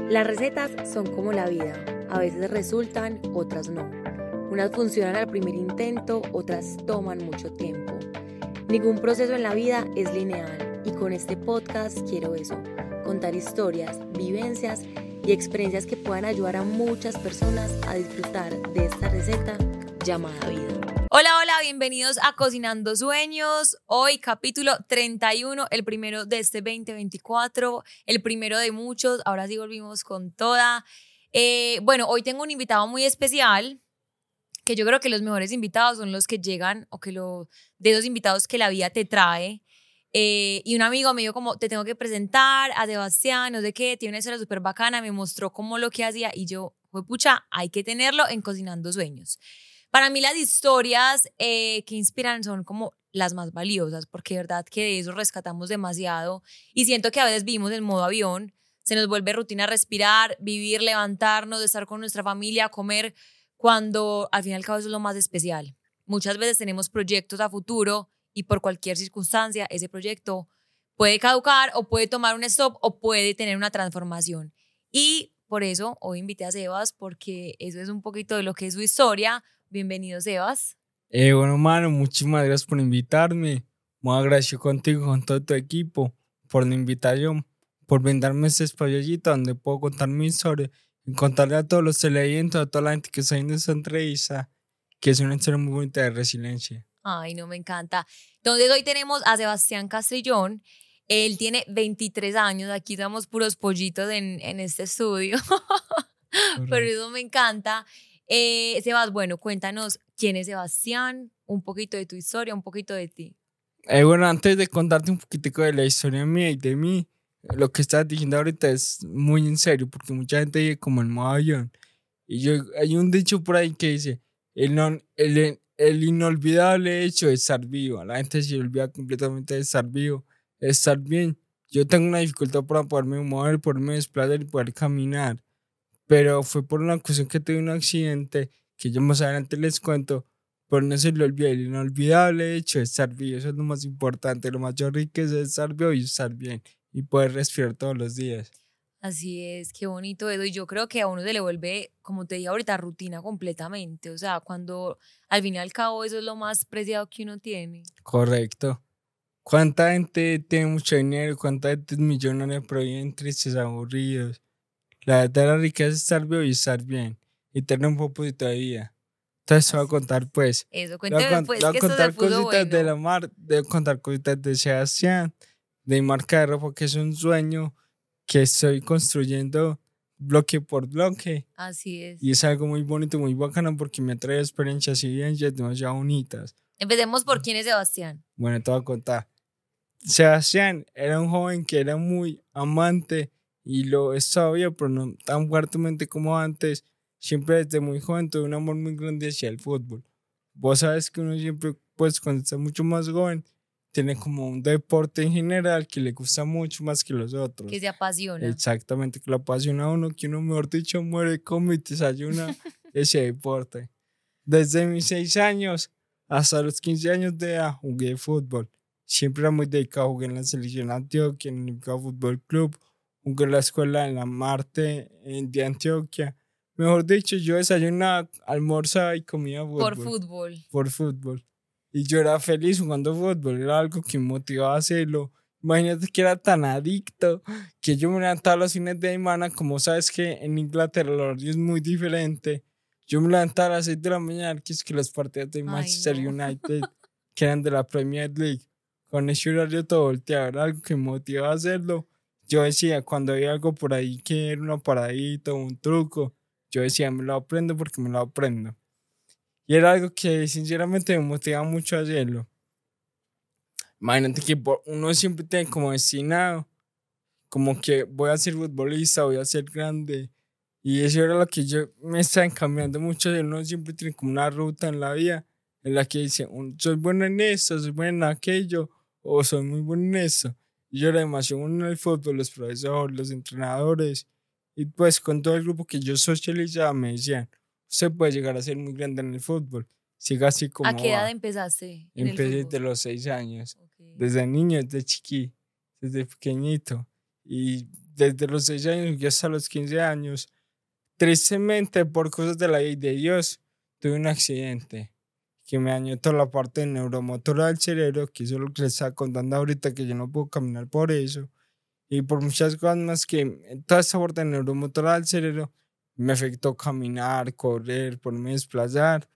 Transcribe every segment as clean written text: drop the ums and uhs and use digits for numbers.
Las recetas son como la vida, a veces resultan, otras no. Unas funcionan al primer intento, otras toman mucho tiempo. Ningún proceso en la vida es lineal y con este podcast quiero eso, contar historias, vivencias y experiencias que puedan ayudar a muchas personas a disfrutar de esta receta llamada vida. Hola, bienvenidos a Cocinando Sueños. Hoy capítulo 31, el primero de este 2024, el primero de muchos. Ahora sí volvimos con toda. Hoy tengo un invitado muy especial, que yo creo que los mejores invitados son los que llegan de esos invitados que la vida te trae. Y un amigo me dijo como, te tengo que presentar a Sebastián, no sé qué, tiene una historia súper bacana, me mostró cómo lo que hacía y yo, pucha, hay que tenerlo en Cocinando Sueños. Para mí las historias que inspiran son como las más valiosas, porque de verdad que de eso rescatamos demasiado y siento que a veces vivimos en modo avión, se nos vuelve rutina respirar, vivir, levantarnos, estar con nuestra familia, comer, cuando al fin y al cabo eso es lo más especial. Muchas veces tenemos proyectos a futuro y por cualquier circunstancia ese proyecto puede caducar o puede tomar un stop o puede tener una transformación. Y por eso hoy invité a Sebas, porque eso es un poquito de lo que es su historia. Bienvenido, Sebas. Bueno, mano, muchísimas gracias por invitarme. Muy agradecido contigo, con todo tu equipo, por la invitación, por brindarme este espaciocito donde puedo contar mi historia y contarle a todos los televidentes, a toda la gente que está viendo esta entrevista, que es una historia muy bonita de resiliencia. Ay, no, me encanta. Entonces hoy tenemos a Sebastián Castrillón. Él tiene 23 años. Aquí estamos puros pollitos en este estudio. Pero eso me encanta. Sebas, bueno, cuéntanos quién es Sebastián, un poquito de tu historia, un poquito de ti. Antes de contarte un poquitico de la historia mía y de mí, lo que estás diciendo ahorita es muy en serio, porque mucha gente dice como el modo avión. Hay un dicho por ahí que dice, el inolvidable hecho de estar vivo. La gente se olvida completamente de estar vivo, de estar bien. Yo tengo una dificultad para poderme mover, poderme desplazar y poder caminar. Pero fue por una cuestión que tuve un accidente, que yo más adelante les cuento, pero no se le olvida el inolvidable hecho de estar vivo. Eso es lo más importante, lo más rico es estar vivo y estar bien y poder respirar todos los días. Así es, qué bonito eso. Y yo creo que a uno se le vuelve, como te dije ahorita, rutina completamente. O sea, cuando al fin y al cabo eso es lo más preciado que uno tiene. Correcto. ¿Cuánta gente tiene mucho dinero? ¿Cuánta gente es millonaria pero viven tristes, aburridos? La verdadera riqueza es estar vivo y estar bien y tener un propósito de vida. Entonces te voy a contar pues. Eso, cuénteme pues, Voy a que esto se contar puso cositas de bueno. la mar, de contar cositas de Sebastián, de mi marca de ropa, que es un sueño que estoy construyendo bloque por bloque. Así es. Y es algo muy bonito, muy bacano porque me trae experiencias y vivencias demasiado bonitas. Empecemos por quién es Sebastián. Bueno, te voy a contar. Sebastián era un joven que era muy amante y lo es todavía, pero no tan fuertemente como antes. Siempre desde muy joven tuve un amor muy grande hacia el fútbol. Vos sabes que uno siempre, pues cuando está mucho más joven, tiene como un deporte en general que le gusta mucho más que los otros. Que se apasiona. Exactamente, que lo apasiona a uno, que uno, mejor dicho, muere, come y desayuna ese deporte. Desde mis 6 años hasta los 15 años de edad jugué fútbol. Siempre era muy dedicado, jugué en la selección Antioquia, en el Unicao Fútbol Club, jugué en la escuela en la Marte de Antioquia. Mejor dicho, yo desayunaba, almorzaba y comía fútbol. Por fútbol. Por fútbol. Y yo era feliz jugando fútbol, era algo que me motivaba a hacerlo. Imagínate que era tan adicto que yo me levantaba los fines de semana, como sabes que en Inglaterra el horario es muy diferente. Yo me levantaba a las 6 de la mañana, que es que los partidos de Manchester United, que eran de la Premier League, con ese horario todo volteado, era algo que me motivaba a hacerlo. Yo decía, cuando había algo por ahí que era una paradita o un truco, yo decía, me lo aprendo porque me lo aprendo. Y era algo que sinceramente me motivaba mucho a hacerlo. Imagínate que uno siempre tiene como destinado, como que voy a ser futbolista, voy a ser grande. Y eso era lo que yo me estaba encaminando mucho. Uno siempre tiene como una ruta en la vida en la que dice, soy bueno en esto, soy bueno en aquello, o soy muy bueno en esto. Y yo era demasiado bueno en el fútbol, los profesores, los entrenadores. Y pues con todo el grupo que yo socializaba me decían, usted puede llegar a ser muy grande en el fútbol. Siga así como ¿A qué edad va. empezaste? Empecé desde los 6 años. Okay. Desde niño, desde chiqui, desde pequeñito. Y desde los 6 años y hasta los 15 años. Tristemente, por cosas de la ley de Dios, tuve un accidente que me dañó toda la parte neuromotora del cerebro, que eso es lo que les estaba contando ahorita, que yo no puedo caminar por eso. Y por muchas cosas más que toda esta parte neuromotora del cerebro me afectó caminar, correr, poderme desplazar.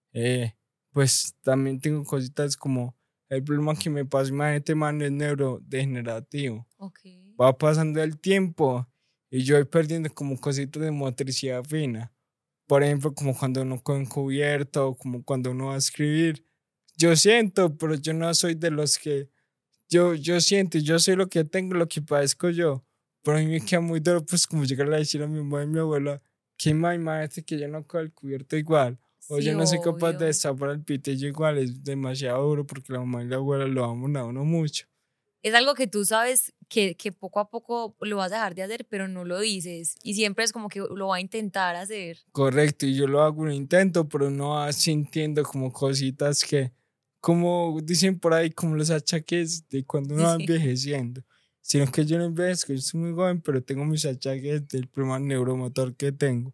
Pues también tengo cositas como el problema que me pasó, imagínate, mano, es neurodegenerativo. Okay. Va pasando el tiempo y yo voy perdiendo como cositas de motricidad fina. Por ejemplo, como cuando uno coge un cubierto, como cuando uno va a escribir. Yo siento, pero yo no soy de los que... Yo siento, yo soy lo que tengo, lo que padezco yo. Pero a mí me queda muy duro, pues como llegar a decir a mi mamá y mi abuela, que imagínate que yo no cojo el cubierto igual. O Sí, yo no soy capaz obvio. de destapar el pitillo igual, es demasiado duro porque la mamá y la abuela lo aman a uno mucho. Es algo que tú sabes que poco a poco lo vas a dejar de hacer, pero no lo dices. Y siempre es como que lo va a intentar hacer. Correcto, y yo lo hago, un intento, pero no va sintiendo como cositas que, como dicen por ahí, como los achaques de cuando uno va Sí. envejeciendo. Sino que yo no envejezco, yo soy muy joven, pero tengo mis achaques del problema neuromotor que tengo.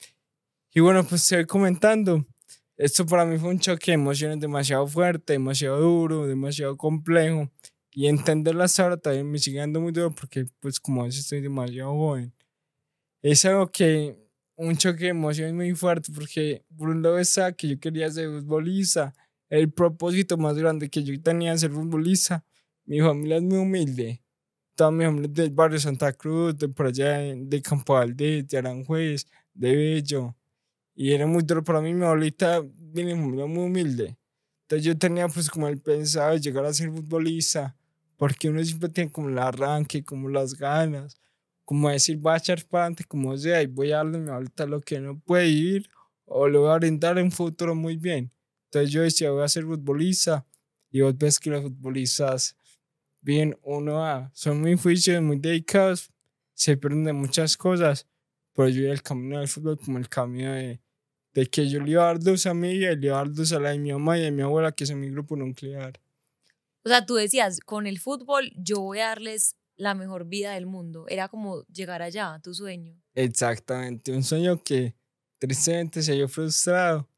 Y bueno, pues estoy comentando. Esto para mí fue un choque de emociones demasiado fuerte, demasiado duro, demasiado complejo. Y entenderlo hasta ahora también me sigue dando muy duro porque, pues, como a veces estoy demasiado joven. Es algo que, un choque de emociones muy fuerte porque, por un lado, está que yo quería ser futbolista. El propósito más grande que yo tenía de ser futbolista. Mi familia es muy humilde. Toda mi familia es del barrio Santa Cruz, de por allá de Campo Valdés, de Aranjuez, de Bello. Y era muy duro para mí, mi abuelita viene de familia muy humilde. Entonces yo tenía pues como el pensado de llegar a ser futbolista, porque uno siempre tiene como el arranque, como las ganas, como decir, voy a echar para adelante, como sea, y voy a darle a mi abuelita lo que no puede ir, o le voy a brindar un futuro muy bien. Entonces yo decía, voy a ser futbolista, y vos ves que los futbolistas, bien, son muy juiciosos, muy dedicados, se pierden de muchas cosas, pero yo vi el camino del fútbol como el camino de que yo le iba a dar luz a mi vida y le iba a dar luz a la de mi mamá y a mi abuela, que es mi grupo nuclear. O sea, tú decías, con el fútbol yo voy a darles la mejor vida del mundo. Era como llegar allá, tu sueño. Exactamente, un sueño que tristemente se halló frustrado.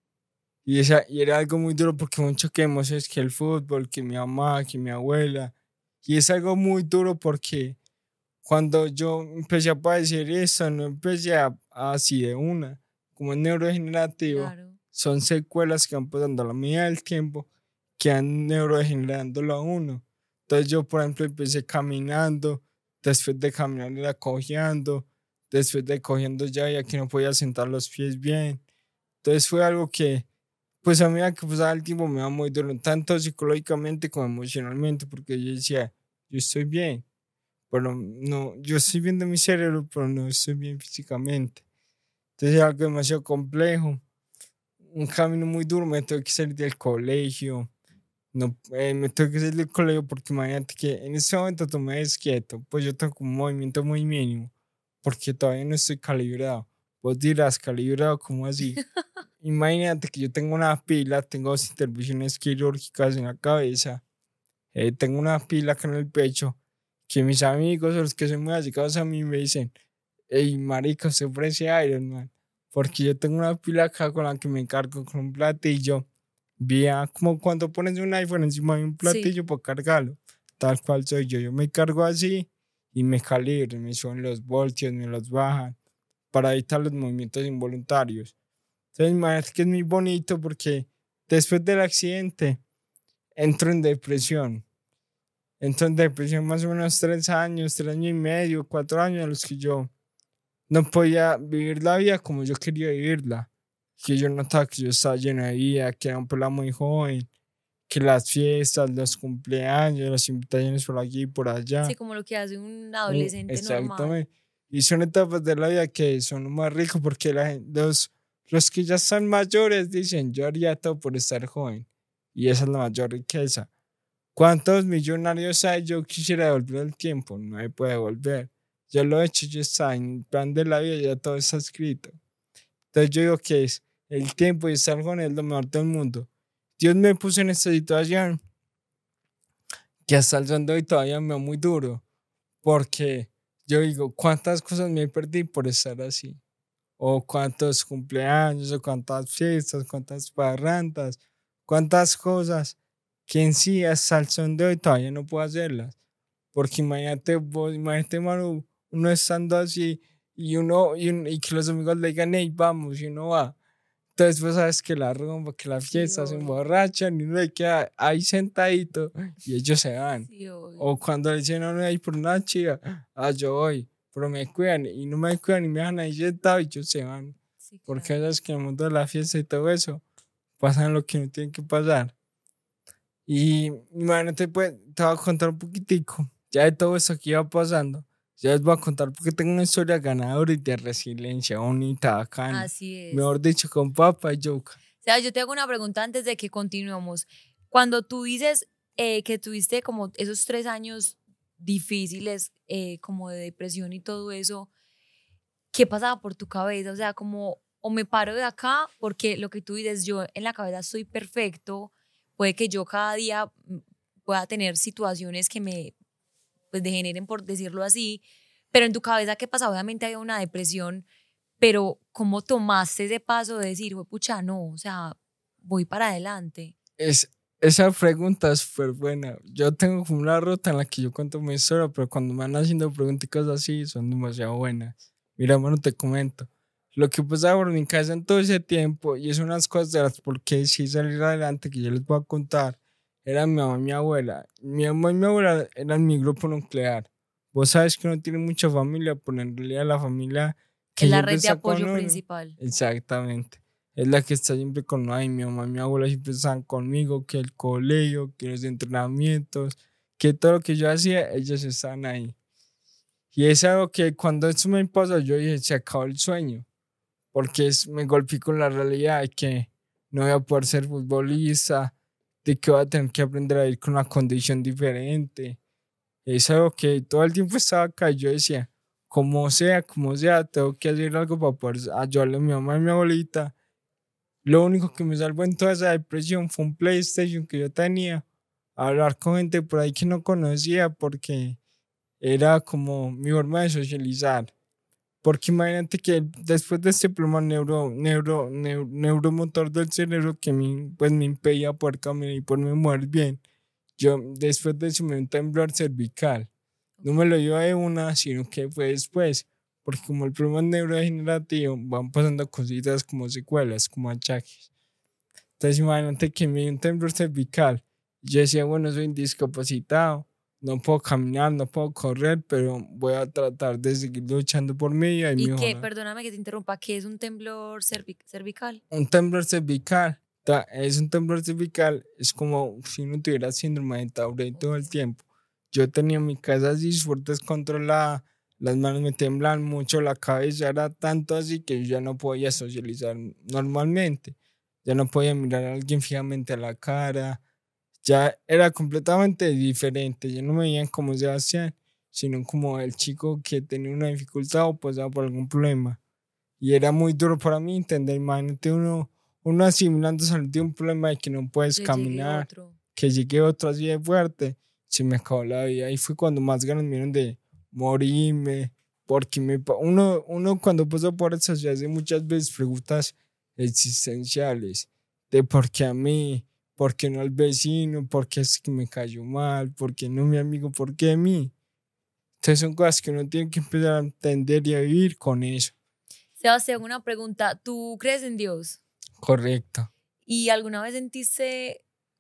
Y era algo muy duro porque mucho que emociones que el fútbol, que mi mamá, que mi abuela. Y es algo muy duro porque cuando yo empecé a padecer eso, no empecé así de una, como es neurodegenerativo, Claro. son secuelas que van pasando a la medida del tiempo que van neurodegenerándolo a uno. Entonces yo, por ejemplo, empecé caminando, después de caminar era cojeando, después de cogiendo ya que no podía sentar los pies bien. Entonces fue algo que, pues a medida que pasaba el tiempo me iba muy duro, tanto psicológicamente como emocionalmente, porque yo decía, yo estoy bien, pero no, yo estoy bien de mi cerebro, pero no estoy bien físicamente. Entonces es algo demasiado complejo, un camino muy duro, me tengo que salir del colegio, no, me tengo que salir del colegio porque imagínate que en este momento tú me ves quieto, pues yo tengo un movimiento muy mínimo, porque todavía no estoy calibrado. Vos dirás, ¿calibrado? ¿Cómo así? Imagínate que yo tengo una pila, tengo 2 intervenciones quirúrgicas en la cabeza, tengo una pila acá en el pecho, que mis amigos, los que son muy allegados a mí, me dicen, hey, marica, usted ofrece Iron Man, porque yo tengo una pila acá con la que me cargo con un platillo, vía como cuando pones un iPhone encima de un Sí. platillo para cargarlo, tal cual soy yo me cargo así y me calibro, me suben los voltios, me los bajan, para evitar los movimientos involuntarios. Entonces, imagínate que es muy bonito porque después del accidente entro en depresión. Entro en depresión más o menos 3 años, 3 años y medio, 4 años en los que yo no podía vivir la vida como yo quería vivirla. Que yo notaba que yo estaba lleno de vida, que era un pelado muy joven, que las fiestas, los cumpleaños, las invitaciones por aquí y por allá. Sí, como lo que hace un adolescente normal. Exactamente. Y son etapas de la vida que son más ricas porque los que ya están mayores dicen, yo haría todo por estar joven. Y esa es la mayor riqueza. ¿Cuántos millonarios hay? Yo quisiera devolver el tiempo, no me puede devolver. Yo lo he hecho, yo está en el plan de la vida, ya todo está escrito. Entonces yo digo que es el tiempo y estar con él lo mejor del mundo. Dios me puso en esta situación que hasta el son de hoy todavía me va muy duro, porque yo digo, ¿cuántas cosas me perdí por estar así? O cuántos cumpleaños, o cuántas fiestas, cuántas parrandas, cuántas cosas que en sí hasta el son de hoy todavía no puedo hacerlas. Porque imagínate vos, imagínate Manu, uno estando así y que los amigos le digan, hey, vamos, y uno va. Entonces vos sabes que la rumba, que la Sí, fiesta se obvio. emborrachan y uno le queda ahí sentadito y ellos se van. Sí, obvio. O cuando le dicen a uno ahí por una chica, yo voy, pero me cuidan y no me cuidan y me dejan ahí sentado y ellos se van. Sí, Porque claro. sabes que en el mundo de la fiesta y todo eso pasan lo que no tienen que pasar. Y imagínate, pues, te voy a contar un poquitico, ya de todo eso que iba pasando. Ya les voy a contar porque tengo una historia ganadora y de resiliencia bonita, bacana. Así es. Mejor dicho, con papa y yuca. O sea, yo te hago una pregunta antes de que continuemos. Cuando tú dices que tuviste como esos 3 años difíciles, como de depresión y todo eso, ¿qué pasaba por tu cabeza? O sea, como, o me paro de acá, porque lo que tú dices, yo en la cabeza soy perfecto, puede que yo cada día pueda tener situaciones que me pues degeneren, por decirlo así, pero en tu cabeza, ¿qué pasa? Obviamente había una depresión, pero ¿cómo tomaste ese paso de decir, pucha, no, o sea, voy para adelante? Esa pregunta es súper buena. Yo tengo como una ruta en la que yo cuento mi historia, pero cuando me van haciendo preguntas así son demasiado buenas. Mira, bueno, te comento. Lo que pasaba por mi cabeza en todo ese tiempo, y es unas cosas de las por qué sí salir adelante que yo les voy a contar, eran mi mamá y mi abuela. Mi mamá y mi abuela eran mi grupo nuclear. Vos sabes que uno tiene mucha familia, pero en realidad la familia que Es la siempre red de está con apoyo uno. principal. Exactamente. Es la que está siempre con ay, mi mamá y mi abuela siempre están conmigo, que el colegio, que los entrenamientos, que todo lo que yo hacía, ellos están ahí. Y es algo que cuando eso me pasó, yo dije, se acabó el sueño, porque me golpeé con la realidad de que no voy a poder ser futbolista, de que voy a tener que aprender a ir con una condición diferente. Es algo que todo el tiempo estaba acá y yo decía, como sea, tengo que hacer algo para poder ayudarle a mi mamá y a mi abuelita. Lo único que me salvó en toda esa depresión fue un PlayStation que yo tenía, hablar con gente por ahí que no conocía porque era como mi forma de socializar. Porque imagínate que después de este problema neuromotor del cerebro que pues me impedía poder caminar y poderme mover bien, yo después de eso me dio un temblor cervical. No me lo dio de una, sino que fue después. Porque como el problema es neurodegenerativo, van pasando cositas como secuelas, como achaques. Entonces imagínate que me dio un temblor cervical. Yo decía, bueno, soy discapacitado, no puedo caminar, no puedo correr, pero voy a tratar de seguir luchando por mi vida y Y que, mejorar. perdóname que te interrumpa, ¿qué es un temblor cervical? Un temblor cervical, es un temblor cervical, es como si uno tuviera síndrome de Tourette todo el tiempo. Yo tenía mi casa así fuerte descontrolada, las manos me temblan mucho, la cabeza era tanto así que yo ya no podía socializar normalmente, ya no podía mirar a alguien fijamente a la cara, ya era completamente diferente, ya no me veían como Sebastián, sino como el chico que tenía una dificultad o pasaba por algún problema. Y era muy duro para mí entender, imagínate uno asimilando salir de un problema de que no puedes Le llegue caminar, otro. que llegue otro así de fuerte, se me acabó la vida. Y fue cuando más ganas me dieron de morirme, porque uno cuando pasa por eso se hace muchas veces preguntas existenciales, de por qué a mí, por qué no al vecino, por qué es que me cayó mal, por qué no mi amigo, por qué a mí. Entonces son cosas que uno tiene que empezar a entender y a vivir con eso. Sebastián, una pregunta. ¿Tú crees en Dios? Correcto. ¿Y alguna vez sentiste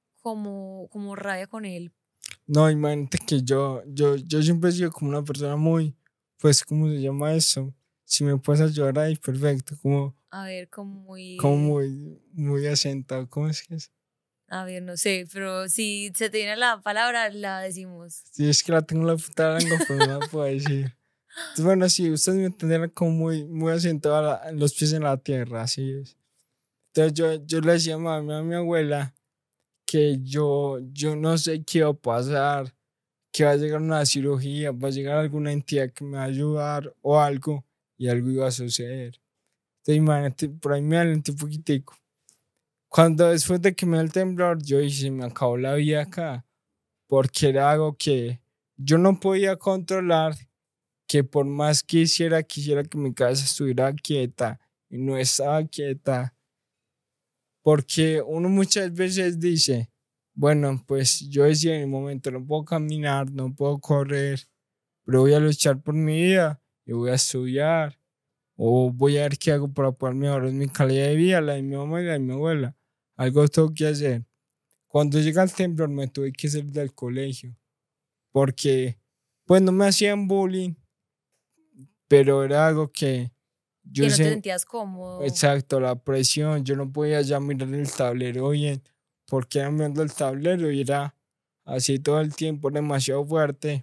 como rabia con él? No, imagínate que yo siempre he sido como una persona muy, pues, ¿cómo se llama eso? Si me puedes ayudar ahí, perfecto. A ver, como muy... Como muy asentado, ¿cómo es que es? A ver, no sé, pero si se te viene la palabra, la decimos. Sí, es que la tengo en la puta lengua, pero no la puedo decir. Entonces, bueno, sí, ustedes me entenderán como muy asentado los pies en la tierra, así es. Entonces yo le decía a mi abuela que yo no sé qué va a pasar, que va a llegar una cirugía, va a llegar alguna entidad que me va a ayudar o algo, y algo iba a suceder. Entonces, imagínate, por ahí me adelanté un poquitico. Cuando después de que me dio el temblor, yo dije, me acabó la vida acá, porque era algo que yo no podía controlar, que por más quisiera que mi casa estuviera quieta y no estaba quieta, porque uno muchas veces dice, bueno, pues yo decía en el momento, no puedo caminar, no puedo correr, pero voy a luchar por mi vida y voy a estudiar, o voy a ver qué hago para poder mejorar mi calidad de vida, la de mi mamá y la de mi abuela. Algo tengo que hacer. Cuando llega el temblor me tuve que salir del colegio, porque pues no me hacían bullying, pero era algo que yo Que no te sé, sentías cómodo. exacto, la presión, yo no podía ya mirar el tablero bien, porque era mirando el tablero y era así todo el tiempo, demasiado fuerte,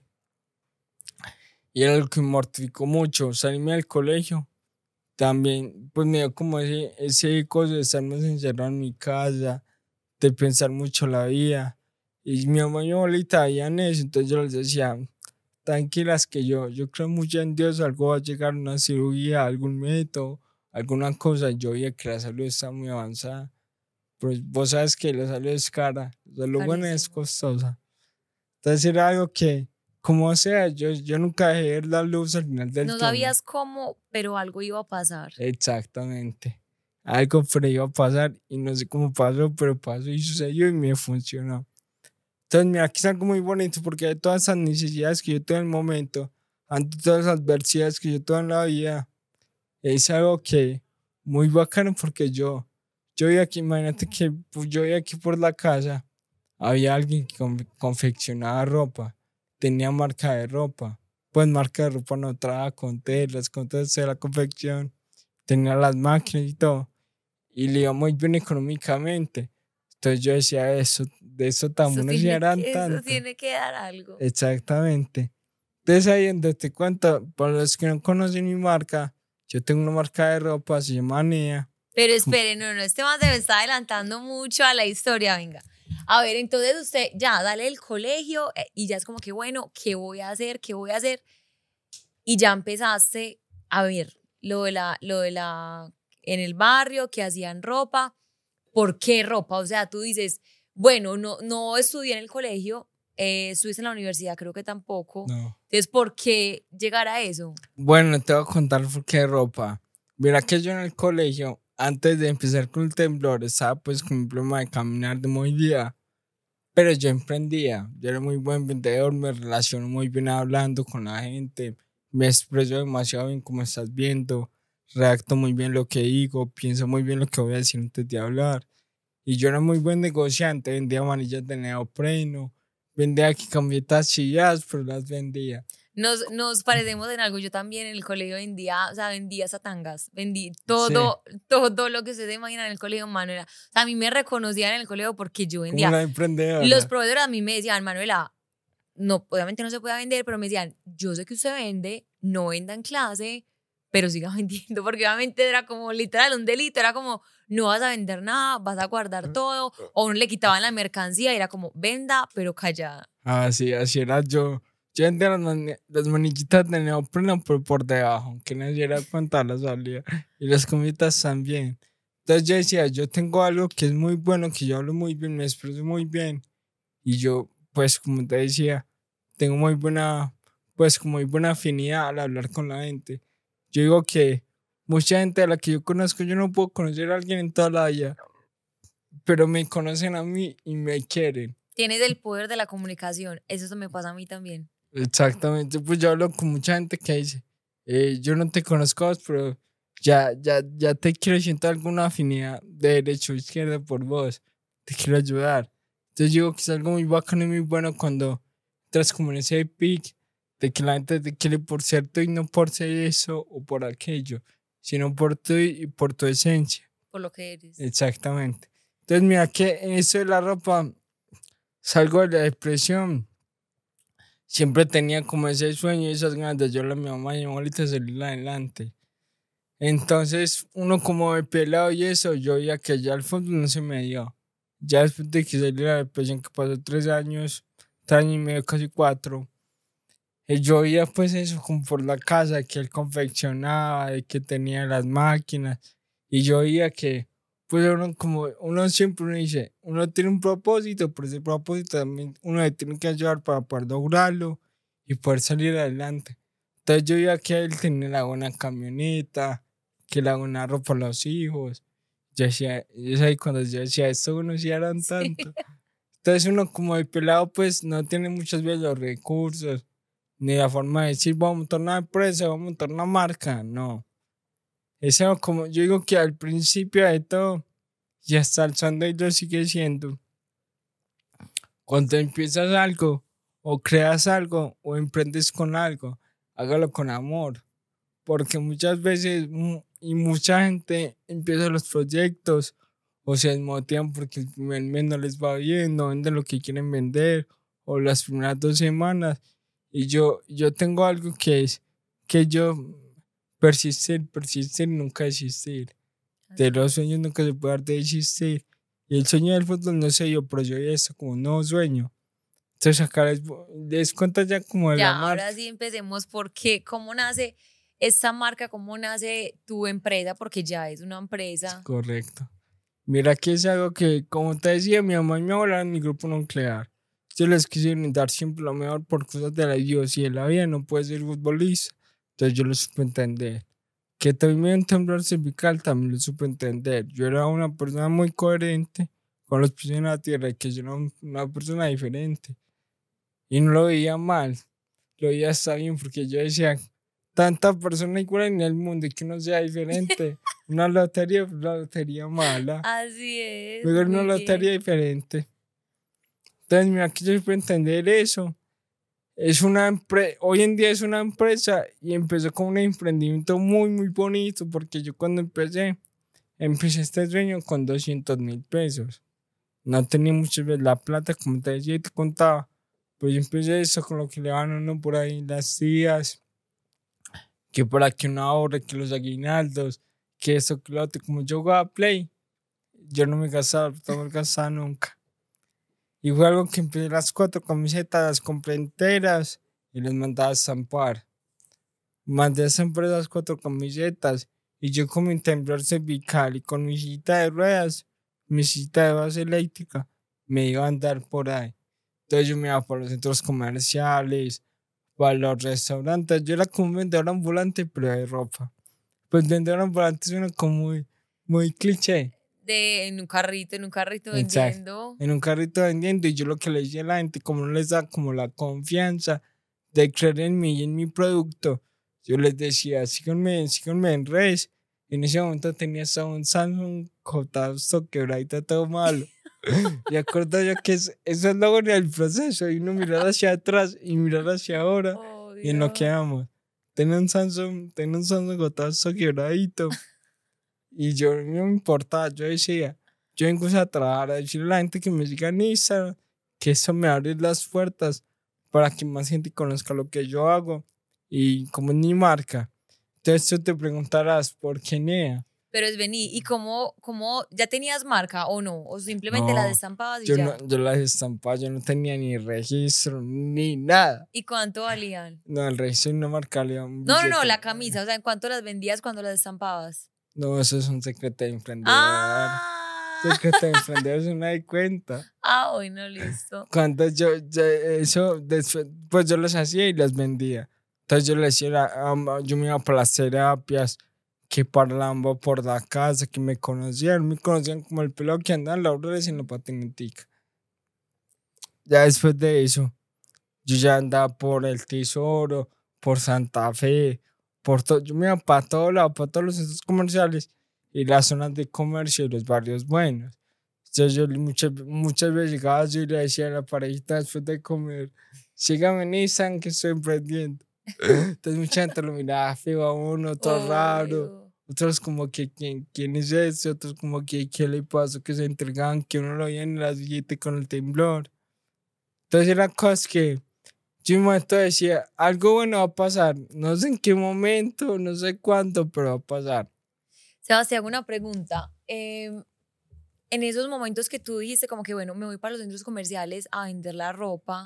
y era lo que me mortificó mucho, salirme del colegio, también pues me dio como ese cosa de estarme encerrado en mi casa, de pensar mucho la vida, y mi mamá y mi abuelita veían eso, entonces yo les decía, tranquilas que yo creo mucho en Dios, algo va a llegar, una cirugía, algún método, alguna cosa. Yo veía que la salud está muy avanzada, pero vos sabes que la salud es cara, la salud buena es Carísimo. costosa. Entonces era algo que, como sea, yo nunca dejé de ver la luz al final del No túnel. sabías cómo, pero algo iba a pasar. Exactamente. Algo pero iba a pasar y no sé cómo pasó, pero pasó y sucedió y me funcionó. Entonces, mira, aquí es algo muy bonito porque de todas esas necesidades que yo tuve en el momento, ante todas las adversidades que yo tuve en la vida, es algo que muy bacano porque yo vi aquí, imagínate que pues, yo vi aquí por la casa, había alguien que confeccionaba ropa, tenía marca de ropa, pues marca de ropa no trabaja con telas, con toda la confección, tenía las máquinas y todo, y le iba muy bien económicamente. Entonces yo decía, eso, de eso también no se harán Eso tanto. tiene que dar algo. Exactamente. Entonces ahí donde te cuento, para los que no conocen mi marca, yo tengo una marca de ropa, se llama Nea. Pero espere, no, este man se me está adelantando mucho a la historia, venga. A ver, entonces usted ya dale el colegio y ya es como que, bueno, ¿qué voy a hacer? ¿Qué voy a hacer? Y ya empezaste a ver en el barrio, que hacían ropa. ¿Por qué ropa? O sea, tú dices, bueno, no estudié en el colegio, estuviste en la universidad, creo que tampoco. No. Entonces, ¿por qué llegar a eso? Bueno, te voy a contar por qué ropa. Mira que yo en el colegio, antes de empezar con el temblor, estaba pues con un problema de caminar de movilidad. Pero yo emprendía, yo era muy buen vendedor, me relaciono muy bien hablando con la gente, me expreso demasiado bien como estás viendo, redacto muy bien lo que digo, pienso muy bien lo que voy a decir antes de hablar. Y yo era muy buen negociante, vendía manillas de neopreno, vendía aquí camisetas chilladas, pero las vendía. Nos parecemos en algo. Yo también en el colegio vendía, o sea, vendía satangas, vendí Sí. todo lo que ustedes se imaginan en el colegio, Manuela. O sea, a mí me reconocían en el colegio porque yo Como vendía. una emprendedora. Los profesores a mí me decían, Manuela, no, obviamente no se puede vender, pero me decían, yo sé que usted vende, no venda en clase, pero siga vendiendo, porque obviamente era como literal un delito, era como, no vas a vender nada, vas a guardar todo, o uno le quitaban la mercancía y era como, venda, pero callada. Así era yo. Yo vendía las manillitas de neopreno por debajo, que no se diera cuenta la salida. Y las camisetas también. Entonces yo decía, yo tengo algo que es muy bueno, que yo hablo muy bien, me expreso muy bien. Y yo, pues como te decía, tengo muy buena, pues como muy buena afinidad al hablar con la gente. Yo digo que mucha gente a la que yo conozco, yo no puedo conocer a alguien en toda la vida, pero me conocen a mí y me quieren. Tienes el poder de la comunicación, eso me pasa a mí también. Exactamente, pues yo hablo con mucha gente que dice, yo no te conozco, pero ya te quiero, siento alguna afinidad de derecha o izquierda por vos, te quiero ayudar. Entonces digo que es algo muy bacano y muy bueno cuando entras como en ese pic de que la gente te quiere por ser tú y no por ser eso o por aquello, sino por tú y por tu esencia. Por lo que eres. Exactamente. Entonces mira que en eso de la ropa salgo de la depresión. Siempre tenía como ese sueño y esas ganas de ayudar a mi mamá y a mi abuelita a salir adelante. Entonces, uno como de pelado y eso, yo veía que ya al fondo no se me dio. Ya después de que salí de la depresión, que pasó 3 años y medio, casi 4, yo veía pues eso como por la casa, que él confeccionaba, de que tenía las máquinas. Y yo veía que, pues uno, como uno siempre uno dice, uno tiene un propósito, pero ese propósito también uno le tiene que ayudar para poder lograrlo y poder salir adelante. Entonces yo veía que él tenía la buena camioneta, que la buena ropa para los hijos. Yo decía, es ahí cuando yo decía, esto no se harán tanto. Entonces uno como de pelado pues no tiene muchas veces los recursos, ni la forma de decir, vamos a montar una empresa, vamos a montar una marca, no. Eso como, yo digo que al principio de todo, y hasta el son de hoy lo sigue siendo. Cuando empiezas algo, o creas algo, o emprendes con algo, hágalo con amor. Porque muchas veces, y mucha gente empieza los proyectos, o se desmotivan porque el primer mes no les va bien, no venden lo que quieren vender, o las primeras 2 semanas. Y yo tengo algo que es que yo persistir, nunca desistir. De los sueños nunca se puede dar de desistir. Y el sueño del fútbol no sé yo, pero yo vi esto como un nuevo sueño. Entonces acá les cuento ya como de la marca. Ahora sí empecemos porque cómo nace esta marca, cómo nace tu empresa, porque ya es una empresa. Correcto. Mira que es algo que, como te decía, mi mamá y mi abuela en mi grupo nuclear. Yo les quise brindar siempre lo mejor por cosas de la Dios y de la vida, no puedes ser futbolista. Entonces yo lo supe entender. Que también un temblor cervical también lo supe entender. Yo era una persona muy coherente con los pies en la tierra y que yo era una persona diferente. Y no lo veía mal, lo veía hasta bien porque yo decía, tanta persona igual en el mundo y que uno sea diferente. Una lotería mala. Así es. Luego una lotería diferente. Entonces, mira, que yo puedo entender eso. Hoy en día es una empresa y empezó con un emprendimiento muy, muy bonito porque yo cuando empecé este sueño con 200,000 pesos. No tenía muchas veces la plata, como te decía y te contaba. Pues yo empecé eso con lo que le van a uno por ahí las tías, que por aquí una hora, que los aguinaldos, que eso, que lo otro. Como yo jugaba Play, yo no me gastaba, no me gastaba nunca. Y fue algo que empecé las 4 camisetas, las compré enteras y les mandaba a estampar. Mandé a estampar las 4 camisetas y yo con mi temblor cervical y con mi silla de ruedas, mi silla de base eléctrica, me iba a andar por ahí. Entonces yo me iba por los centros comerciales, para los restaurantes. Yo era como un vendedor ambulante, pero de ropa. Pues vendedor ambulante suena como muy, muy cliché. En un carrito Exacto. vendiendo. En un carrito vendiendo. Y yo lo que le decía a la gente, como no les da como la confianza de creer en mí y en mi producto, yo les decía, síganme en redes. En ese momento tenía hasta un Samsung J2 quebradito todo malo. Y acuerdo yo que eso es lo bueno del proceso. Y uno mirar hacia atrás y mirar hacia ahora. Oh, y en lo que vamos. Tenía un Samsung J2 quebradito. Y yo no me importaba. Yo decía, yo vengo a trabajar, a decirle a la gente que me siga en Instagram, que eso me abre las puertas para que más gente conozca lo que yo hago y como es mi marca. Entonces tú te preguntarás, ¿por qué NEA? Pero es vení, ¿y cómo ya tenías marca o no? ¿O simplemente las estampabas y ya? Yo las estampaba, yo no tenía ni registro, ni nada. ¿Y cuánto valían? No, el registro de una marca valía un No, billete. la camisa, o sea, ¿en cuánto las vendías cuando las estampabas? No, eso es un secreto de emprendedor. Ah, Secreto de emprendedor, eso no hay cuenta. Bueno, listo. Cuando eso, después, pues yo las hacía y las vendía. Entonces yo les decía, yo me iba para las terapias, que parlando por la casa, que me conocían como el pelado que andaba en la Aurora en la patinetica. Ya después de eso, yo ya andaba por el Tesoro, por Santa Fe, yo me iba para todos lados, para todos los centros comerciales y las zonas de comercio y los barrios buenos. Entonces yo muchas veces llegaba yo y le decía a la parejita después de comer, síganme en Instagram que estoy emprendiendo. Entonces mucha gente lo miraba feo a uno, otro raro, otros como que ¿quién es ese? Otros como que ¿qué le pasó? Que se entregaban, que uno lo veía en las billetes con el temblor. Entonces eran cosas que yo en un momento decía, algo bueno va a pasar, no sé en qué momento, no sé cuándo, pero va a pasar. Sebastián, hago una pregunta. En esos momentos que tú dijiste como que bueno, me voy para los centros comerciales a vender la ropa,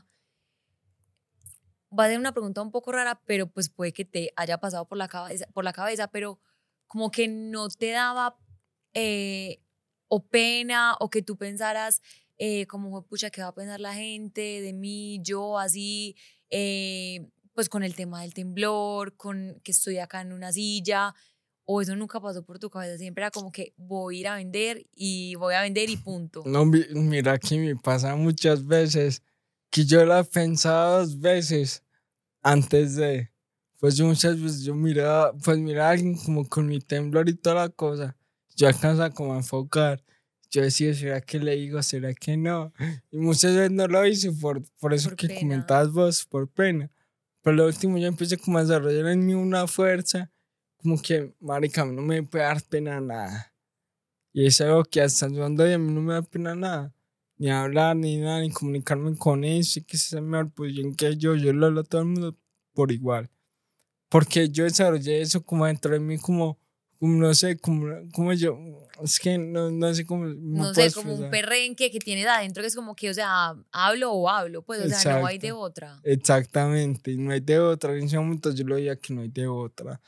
va a ser una pregunta un poco rara, pero pues puede que te haya pasado por la cabeza, pero como que no te daba o pena o que tú pensaras como, pucha, ¿qué va a pensar la gente de mí? Yo así, pues con el tema del temblor, con que estoy acá en una silla, o eso nunca pasó por tu cabeza, siempre era como que voy a ir a vender y voy a vender y punto. No, mira que me pasa muchas veces que yo la pensaba 2 veces antes de, pues yo muchas veces yo miraba, pues miraba a alguien como con mi temblor y toda la cosa, yo alcanzaba como a enfocar, yo decía, ¿será que le digo? ¿Será que no? Y muchas veces no lo hice por eso Por que pena. comentabas vos, por pena. Pero lo último yo empecé como a desarrollar en mí una fuerza, como que, marica, a mí no me puede dar pena nada. Y es algo que hasta cuando a mí no me da pena nada. Ni hablar, ni nada, ni comunicarme con eso, y que sea mejor posición que yo lo hablo a todo el mundo por igual. Porque yo desarrollé eso como dentro de mí, como no sé, como yo, es que no sé cómo me No puedo sé, como un expresar. perrenque que tienes adentro que es como que, o sea, hablo o hablo, pues, o sea, no hay de Exacto. otra. Exactamente, y no hay de otra. En ese momento yo lo veía que no hay de otra.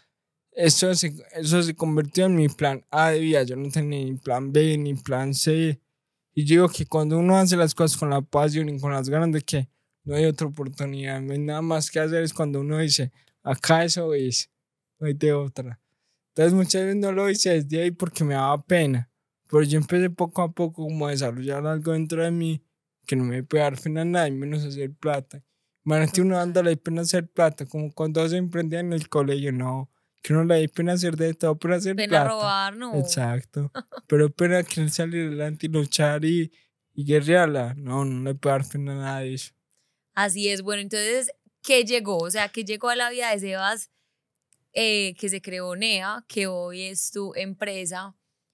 Eso se convirtió en mi plan A de vida. Yo no tenía ni plan B ni plan C. Y yo digo que cuando uno hace las cosas con la pasión y con las ganas de que no hay otra oportunidad, no hay nada más que hacer, es cuando uno dice, acá eso es, no hay de otra. Entonces muchas veces no lo hice desde ahí porque me daba pena. Pero yo empecé poco a poco como a desarrollar algo dentro de mí que no me puede dar pena nada y menos hacer plata. Imagínate uno Total. dándole pena hacer plata, como cuando se emprendía en el colegio, no, que uno le da pena hacer de todo, pero hacer Pena plata. robar, no. Exacto. Pero pena querer salir adelante y luchar y guerrearla, no le puede dar pena nada de eso. Así es, bueno, entonces, ¿qué llegó? O sea, ¿qué llegó a la vida de Sebas que se creó NEA, que hoy es tu empresa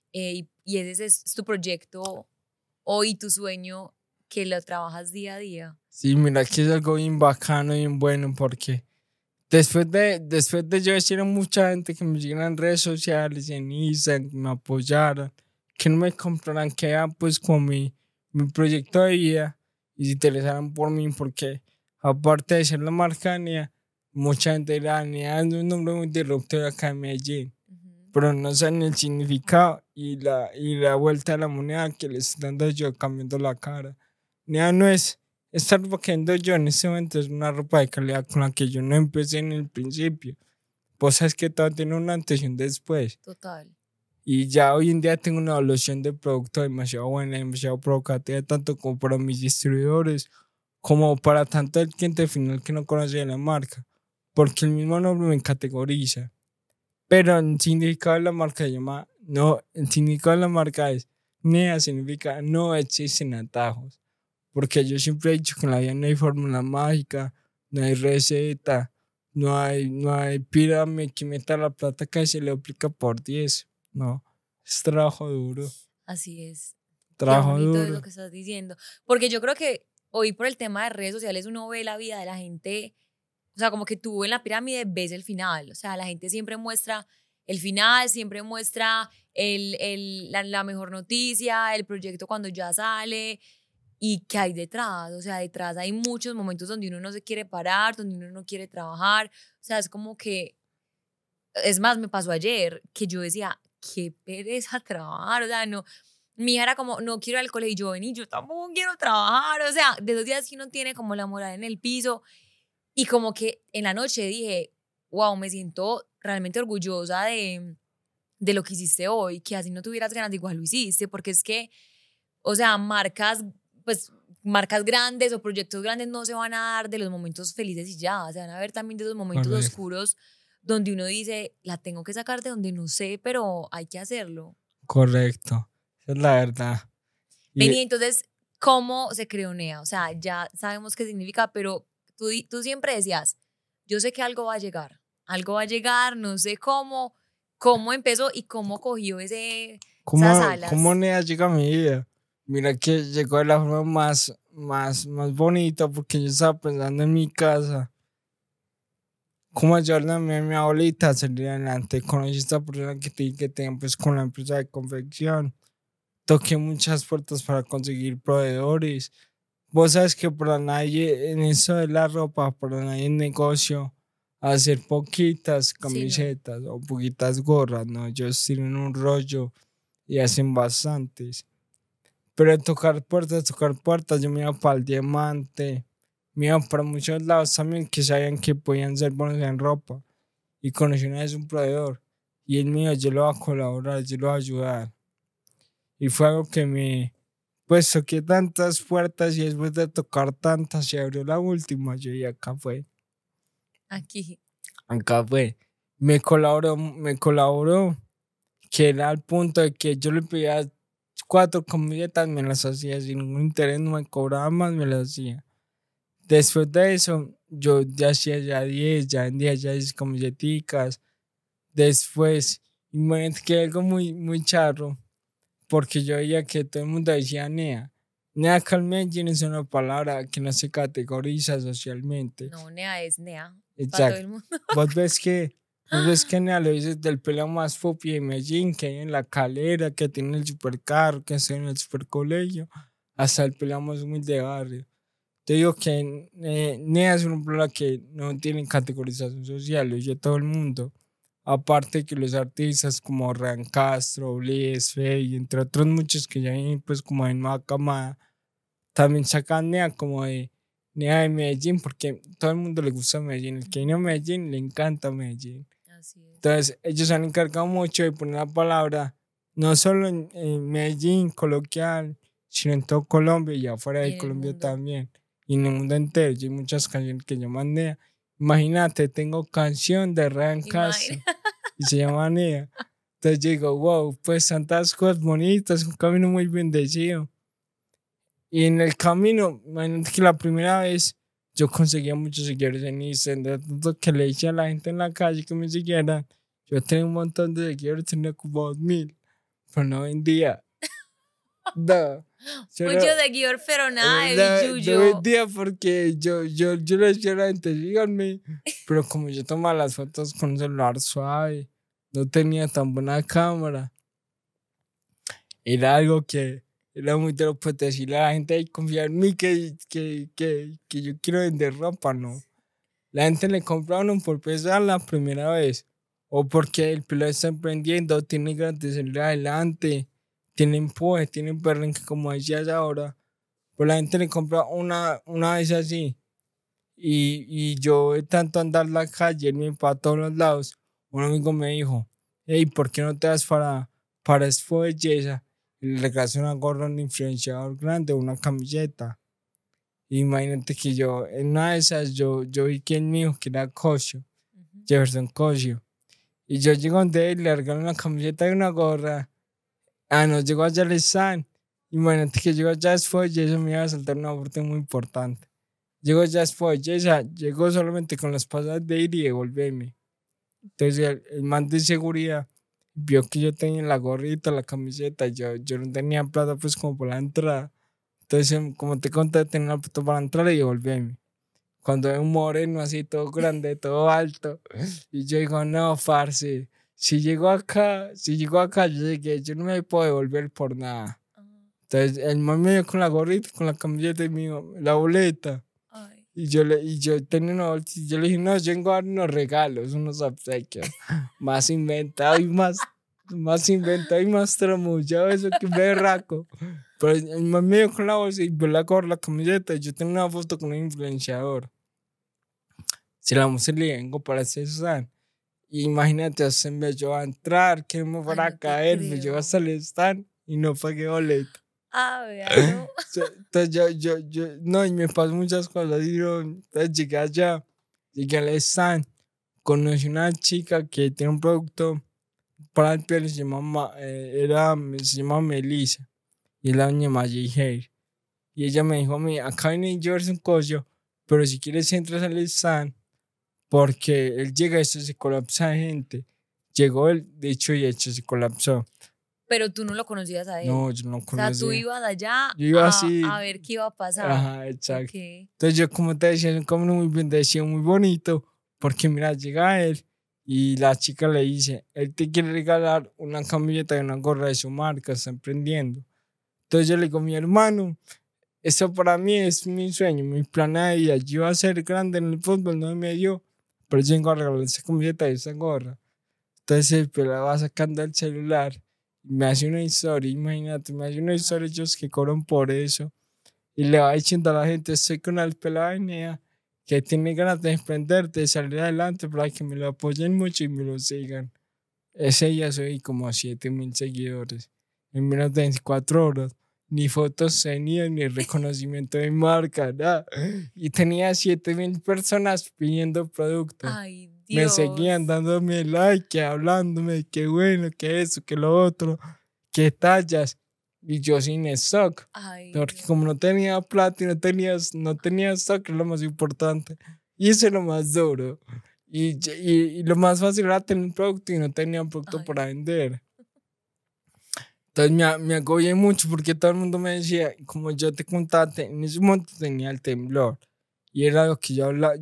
y ese es tu proyecto hoy, tu sueño, que lo trabajas día a día? Sí, mira que es algo bien bacano, bien bueno, porque después de yo decir a mucha gente que me siguieran en redes sociales, en Instagram, que me apoyaran, que no me compraran, que vean pues como mi proyecto de vida y se interesaran por mí, porque aparte de ser la marca NEA, mucha gente dirá, NEA es un nombre muy disruptivo acá en Medellín, pero no saben el significado y la vuelta a la moneda que les están dando yo cambiando la cara. NEA no es estar viendo yo en ese momento, es una ropa de calidad con la que yo no empecé en el principio. Vos sabes que todo tiene una antes y un después. Total. Y ya hoy en día tengo una evolución de producto demasiado buena, demasiado provocativa, tanto como para mis distribuidores, como para tanto el cliente final que no conoce de la marca. Porque el mismo nombre me categoriza. Pero el significado de la marca se llama, no, el significado de la marca es, NEA significa no existen atajos. Porque yo siempre he dicho que en la vida no hay fórmula mágica, no hay receta, no hay pirámide que meta la plata que se le aplica por 10. No, es trabajo duro, Así es. Qué trabajo bonito es lo duro. que estás diciendo. Porque yo creo que hoy por el tema de redes sociales uno ve la vida de la gente, o sea, como que tú en la pirámide ves el final. O sea, la gente siempre muestra el final, siempre muestra la mejor noticia, el proyecto cuando ya sale y qué hay detrás. O sea, detrás hay muchos momentos donde uno no se quiere parar, donde uno no quiere trabajar. O sea, es como que, es más, me pasó ayer que yo decía, qué pereza trabajar. O sea, no. Mi hija era como, no quiero ir al colegio y yo vení, yo tampoco quiero trabajar. O sea, de esos días que uno tiene como la moral en el piso. Y como que en la noche dije, wow, me siento realmente orgullosa de lo que hiciste hoy, que así no tuvieras ganas, igual lo hiciste, porque es que, o sea, pues marcas grandes o proyectos grandes no se van a dar de los momentos felices y ya, se van a ver también de los momentos Correcto. oscuros donde uno dice, la tengo que sacar de donde no sé, pero hay que hacerlo. Correcto, esa es la verdad. Vení, entonces, ¿cómo se creó NEA? O sea, ya sabemos qué significa, pero tú siempre decías, yo sé que algo va a llegar, no sé cómo empezó y cómo cogió esas alas. ¿Cómo NEA llega a mi vida? Mira que llegó de la forma más bonita, porque yo estaba pensando en mi casa, cómo ayudarle a mi abuelita a salir adelante. Conocí a esta persona que te dije que tenía pues con la empresa de confección. Toqué muchas puertas para conseguir proveedores. Vos sabes que para nadie en eso de la ropa, para nadie en negocio, hacer poquitas Sí, ¿no? camisetas o poquitas gorras, ¿no? Ellos tienen un rollo y hacen bastantes. Pero tocar puertas, yo me iba para el diamante, me iban para muchos lados también que sabían que podían ser buenos en ropa. Y conocí una vez un proveedor. Y él me dijo, yo lo voy a colaborar, yo lo voy a ayudar. Y fue algo que pues toqué tantas puertas y después de tocar tantas se abrió la última. Yo dije, acá fue. Acá fue. Me colaboró, que era al punto de que yo le pedía 4 camisetas, me las hacía sin ningún interés, no me cobraba más, me las hacía. Después de eso, yo ya hacía ya 10, ya vendía ya 10 camisetas. Después, imagínate que algo muy charro, porque yo veía que todo el mundo decía NEA. NEA acá en Medellín es una palabra que no se categoriza socialmente. No, NEA es NEA. Exacto. Para todo el mundo. Vos ves que NEA lo dices del pelado más fupi de Medellín, que hay en La Calera, que tiene el supercarro, que está en el supercolegio, hasta el pelado más humilde de barrio. Te digo que NEA es una palabra que no tiene categorización social, lo oye todo el mundo. Aparte que los artistas como Ryan Castro, Bliss, Fey, entre otros muchos que ya vienen pues como en nueva camada, también sacan NEA como de NEA de Medellín, porque todo el mundo le gusta Medellín. El que viene a Medellín le encanta Medellín. Así es. Entonces ellos han encargado mucho de poner la palabra no solo en Medellín, coloquial, sino en todo Colombia y afuera de Colombia también. Y en el mundo entero. Y hay muchas canciones que llaman NEA. Imagínate, tengo canción de Ryan Castro y se llama NEA. Entonces yo digo, wow, pues tantas cosas bonitas, un camino muy bendecido. Y en el camino, imagínate que la primera vez yo conseguía muchos seguidores en Instagram, de tanto que le decía a la gente en la calle que me siguieran. Yo tenía un montón de seguidores, tenía como 2,000, pero no vendía. No. Mucho seguidor, pero nada de yuyo. No vendía porque yo le decía a la gente, síganme, pero como yo tomaba las fotos con un celular suave, no tenía tan buena cámara, era algo que era muy de lo pues decirle a la gente y confiar en mí que yo quiero vender ropa, no. La gente le compra a uno por pesar la primera vez, o porque el pelado está emprendiendo, tiene ganas de salir adelante, tiene empuje, tiene perrenque, como decías ahora. Pero la gente le compra una vez así. Y yo de tanto andar la calle, irme para todos los lados, un amigo me dijo, hey, ¿por qué no te vas para Expo Belleza? Y le regalé una gorra a un influenciador grande, una camiseta. Y imagínate que yo, en una de esas, yo vi que el mío, que era Cosio, Jefferson Cosio. Y yo llego donde él, le regalé una camiseta y una gorra. No, llegó allá al stand. Imagínate que llegó allá después y eso me iba a saltar una oportunidad muy importante. Llegó allá después, llegó solamente con las pasadas de ir y de volverme. Entonces el man de seguridad vio que yo tenía la gorrita, la camiseta, yo no tenía plata pues como para la entrada. Entonces, como te conté, tenía la plata para entrar y devolverme. Cuando es un moreno así, todo grande, todo alto, y yo digo, no, parce, si llegó acá, yo no me puedo devolver por nada. Entonces, el man me dio con la gorrita, con la camiseta y me dijo, la boleta. Ay. Y yo tenía una boleta, y yo le dije, no, yo vengo a dar unos regalos, unos obsequios. Más inventado y más tramullado, eso que berraco. Pero el man me dio con la bolsa y vio la gorra, la camiseta, y yo tenía una foto con un influenciador. Se la mostré y le vengo para ese stand. Y imagínate, se me llevó a entrar, que me fuera a caer, me llevó hasta el stand y no pagué boleto. No. Entonces no, y me pasó muchas cosas. Entonces llegué allá, llegué al stand, conocí una chica que tiene un producto para el pelo, se llama Melissa, y es la doña Magic Hair. Y ella me dijo a mí, acá viene Jefferson Cosio, pero si quieres entras al stand, porque él llega y esto se colapsa de gente. Llegó él, dicho y hecho, se colapsó. Pero tú no lo conocías a él. No, yo no conocía. O sea, tú ibas allá a ver qué iba a pasar. Ajá, exacto. Okay. Entonces yo, como te decía, es un camino muy bendecido, muy bonito, porque mira, llega él y la chica le dice, él te quiere regalar una camiseta y una gorra de su marca, está emprendiendo. Entonces yo le digo, mi hermano, esto para mí es mi sueño, mi plan de vida. Yo iba a ser grande en el fútbol, no me dio, pero yo vengo a regalar esa camiseta y esa gorra. Entonces el pelado va sacando el celular y me hace una historia, imagínate, me hace una historia ellos que cobran por eso. y le va diciendo a la gente, estoy con el pelado de Nea, que tiene ganas de emprender, de salir adelante para que me lo apoyen mucho y me lo sigan. Ese día soy como 7.000 seguidores en menos de 24 horas. Ni fotos tenía, ni reconocimiento de marca, nada. Y tenía 7.000 personas pidiendo productos. Ay, Me Dios. seguían dándome like, hablándome, qué bueno, qué eso, qué lo otro, qué tallas. Y yo sin stock. Ay, Porque Dios. como no tenía plata y no tenía stock, es lo más importante. Y eso es lo más duro. Y lo más fácil era tener un producto y no tenía un producto Ay. para vender. Entonces me agobié mucho porque todo el mundo me decía, como yo te contaba, en ese momento tenía el temblor. Y era lo que yo hablaba,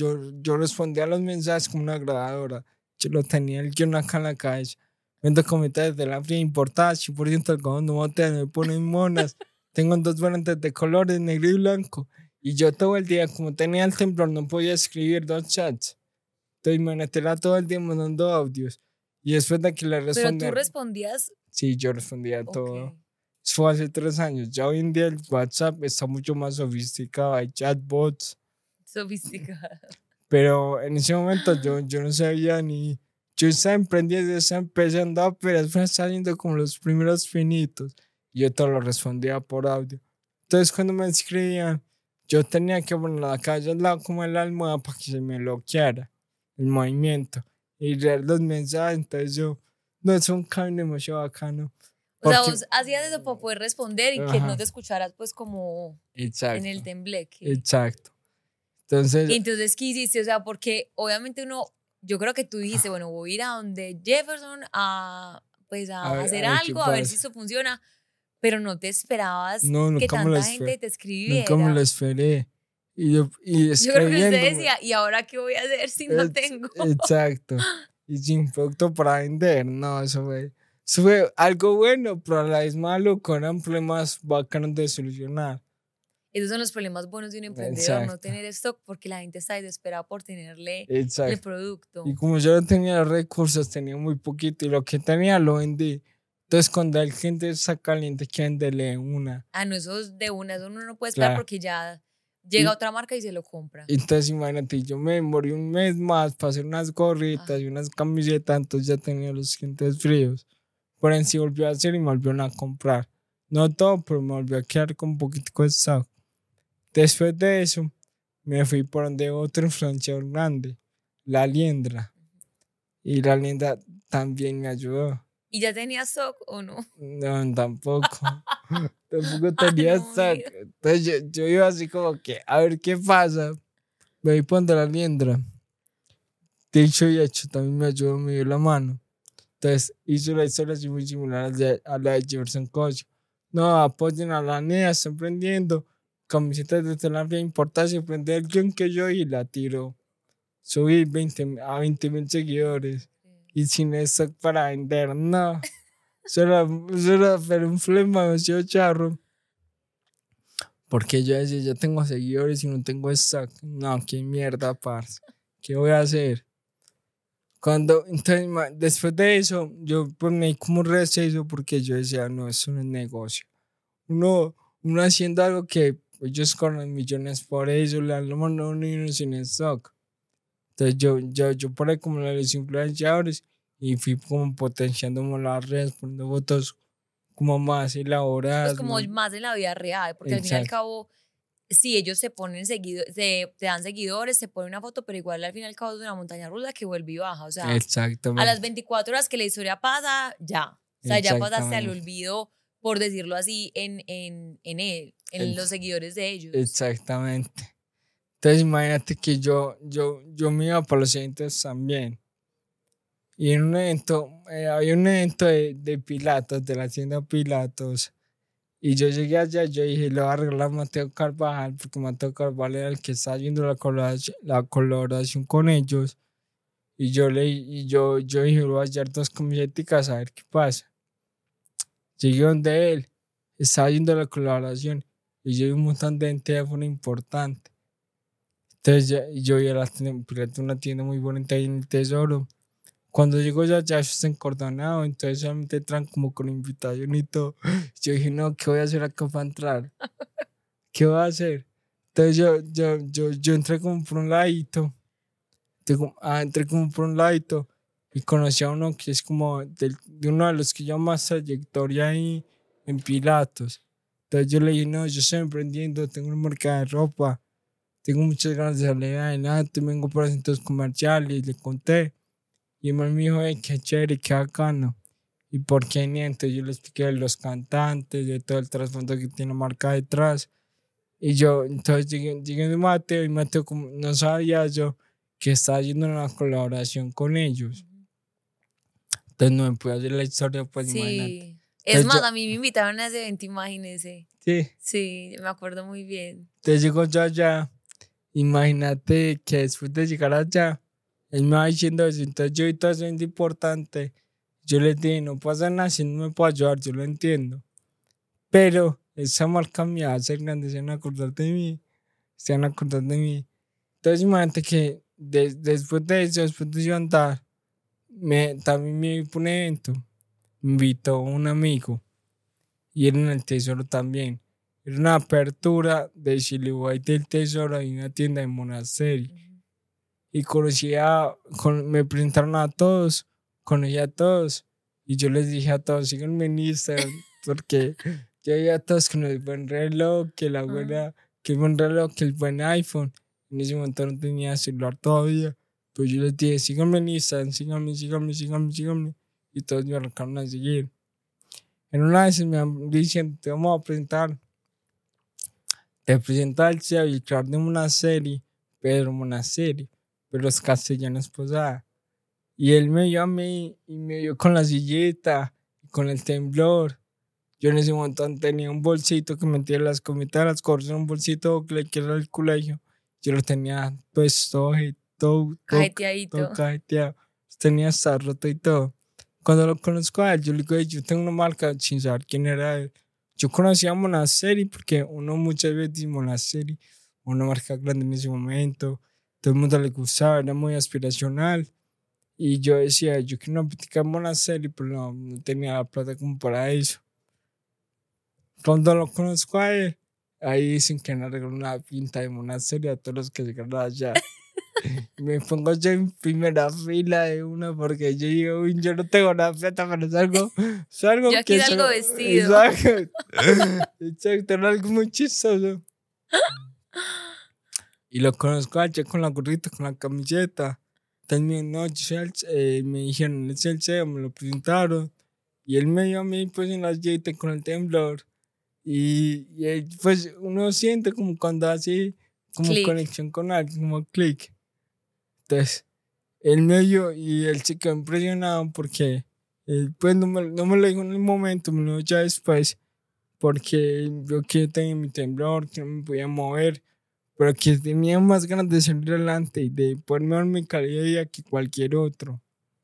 yo respondía a los mensajes como una grabadora. Yo lo tenía el guión acá en la cabeza. Vendo comentarios de la fría importada, 100% de algodón, no botellas, me ponen monas. Tengo 2 variantes de colores, negro y blanco. Y yo todo el día, como tenía el temblor, no podía escribir 2 chats. Entonces imagínate, era todo el día mandando audios. Y después de que le Pero respondía... tú respondías. Sí, yo respondía todo. Ok. Eso fue hace 3 años. Ya hoy en día el WhatsApp está mucho más sofisticado. Hay chatbots. Sofisticada. Pero en ese momento yo no sabía ni... Yo estaba emprendiendo, estaba empezando, apenas me estaba saliendo como los primeros finitos. Y yo todo lo respondía por audio. Entonces cuando me escribían, yo tenía que poner la calle al lado como en la almohada para que se me bloqueara el movimiento. Y leer los mensajes. Entonces yo... No, es un cambio demasiado bacano. O sea, Porque- vos hacías eso para poder responder y que Ajá. no te escucharas pues como Exacto. en el tembleque. Exacto. Entonces, Y entonces, ¿qué hiciste? O sea, porque obviamente yo creo que tú dijiste, bueno, voy a ir a donde Jefferson pues a A hacer ver qué algo, a ver pasa. si eso funciona, pero no te esperabas no, que nunca me lo tanta esperé. gente te escribiera. Nunca me lo esperé. Y Yo creo que usted escribiéndome. decía, ¿y ahora qué voy a hacer si no Ex- tengo? Exacto. Y sin producto para vender. No, eso fue algo bueno, pero a la vez malo, con eran problemas bacanos de solucionar. Esos son los problemas buenos de un emprendedor, no Exacto. tener stock porque la gente está desesperada por tenerle el Exacto. producto. Y como yo no tenía recursos, tenía muy poquito. Y lo que tenía lo vendí. Entonces, cuando hay gente está caliente, que venderle una. Ah, no, eso es de una, eso uno no puede esperar Claro. porque ya llega Y- otra marca y se lo compra. Entonces, imagínate, yo me demoré un mes más para hacer unas gorritas Ah. y unas camisetas, entonces ya tenía los clientes fríos. Pero en sí volvió a hacer y me volvieron a comprar. No todo, pero me volvió a quedar con un poquito de stock. Después de eso, me fui por donde otro influenciador grande, La Liendra. Y La Liendra también me ayudó. ¿Y ya tenía stock o no? No, tampoco. Tampoco tenía no, stock. mira. Entonces yo iba así como que, a ver qué pasa. Me voy por donde La Liendra. Dicho y hecho, también me ayudó, me dio la mano. Entonces hizo la historia así muy similar a la de Jefferson Cosio. No, apoyen a la NEA, está emprendiendo. Camisetas de Telafia importadas, se prende el guión que yo y la tiró. Subí 20.000 seguidores. Y sin stock para vender, no. Eso era pero un flema demasiado charro. Porque yo decía, ya tengo seguidores y no tengo stock. No, qué mierda, parce. ¿Qué voy a hacer? Entonces, después de eso, yo pues me di como un receso porque yo decía, no, eso no es negocio. Uno haciendo algo que ellos cobran millones por eso, le dan la mano a uno sin stock. Entonces yo por ahí como los influenciadores y fui como potenciando como las redes, poniendo fotos como más elaboradas. Pues como más en la vida real, porque al fin y al Exacto. cabo, sí, ellos se ponen te dan seguidores, se ponen una foto, pero igual al fin y al cabo es una montaña rusa que vuelve y baja. O sea, Exactamente. a las 24 horas que la historia pasa, ya. O sea, ya pasaste al Exactamente. olvido, por decirlo así, en los seguidores de ellos. Exactamente. Entonces imagínate que yo me iba para los eventos también. Y en un evento, había un evento de Pilatos, de la tienda Pilatos. Y yo llegué allá, yo dije, le voy a arreglar a Mateo Carvajal, porque Mateo Carvajal era el que estaba haciendo la colaboración con ellos. Y yo dije, le voy a hallar 2 camisetas a ver qué pasa. Llegué donde él, estaba haciendo la colaboración. Y yo vi un montón de gente de teléfono importante. Entonces yo vi a la tienda, una tienda muy bonita ahí en el Tesoro. Cuando llego ya está encordonado, entonces solamente entran como con invitación y todo. Yo dije, no, ¿qué voy a hacer acá para entrar? ¿qué voy a hacer? Entonces yo entré como por un ladito, entré como por un ladito y conocí a uno que es como de uno de los que lleva más trayectoria ahí en Pilatos. Entonces yo le dije, no, yo estoy emprendiendo, tengo una marca de ropa, tengo muchas ganas de salir adelante, vengo por centros comerciales, le conté. Y el man me dijo, qué chévere, qué bacano. ¿Y por qué ni? Entonces yo le expliqué de los cantantes, de todo el trasfondo que tiene la marca detrás. Y yo, entonces llegué de Mateo y Mateo como no sabía yo que estaba haciendo una colaboración con ellos. Entonces no me pude hacer la historia, pues imagínate. Sí. Es más, a mí me invitaron a ese evento, imagínese. Sí. Sí, me acuerdo muy bien. Entonces llegó yo allá, imagínate que después de llegar allá, él me va diciendo eso, entonces yo y todo eso es importante. Yo les dije, no pasa nada, si no me puedo ayudar, yo lo entiendo. Pero esa marca me va a hacer grande, se van a acordar de mí, se van a acordar de mí. Entonces imagínate que después de eso, después de yo andar, también me fui por un evento, me invitó un amigo, y era en el Tesoro también. Era una apertura de Chilihuay del Tesoro y una tienda de Monasterio. Y me presentaron a todos, conocí a todos. Y yo les dije a todos, síganme en Instagram, porque yo veía a todos con el buen reloj, que el buen reloj, que el buen iPhone. En ese momento no tenía celular todavía. Pero yo les dije, síganme en Instagram, síganme. Y todos me arrancaron a seguir. En una vez me dicen, te vamos a presentar. Te presenta el CEO y el creador de Monasterio, Pedro Monasterio, pero los castellanos Posada. Y él me vio a mí y me vio con la sillita, con el temblor. Yo en ese momento tenía un bolsito que metía las comitas de las cosas en un bolsito que era el colegio. Yo lo tenía pues todo Cajeteadito. Tenía hasta roto y todo. Cuando lo conozco a él, yo le digo, yo tengo una marca sin saber quién era él. Yo conocía a Monasterio porque uno muchas veces dice Monasterio, una marca grande en ese momento. Todo el mundo le gustaba, era muy aspiracional. Y yo decía, yo quiero una boutique en Monasterio, pero no tenía la plata como para eso. Cuando lo conozco a él, ahí dicen que me regaló una pinta de Monasterio a todos los que llegaron allá. Me pongo yo en primera fila de una porque yo digo, uy, yo no tengo la plata, pero salgo yo aquí que salgo vestido. Exacto, era algo muy chistoso. Y lo conozco allá con la gorrita, con la camiseta. También, no, me dijeron, es el CEO, me lo presentaron. Y él me dio a mí, pues, en las yetas con el temblor. Y pues, uno siente como cuando así, como click. Conexión con alguien, como clic. Entonces, él me dio y él se quedó impresionado porque él, pues, no me lo dijo en el momento, me lo dijo ya después. Porque yo que tenía mi temblor, que no me podía mover, pero que tenía más ganas de salir adelante y de ponerme en mi calidad de vida que cualquier otro.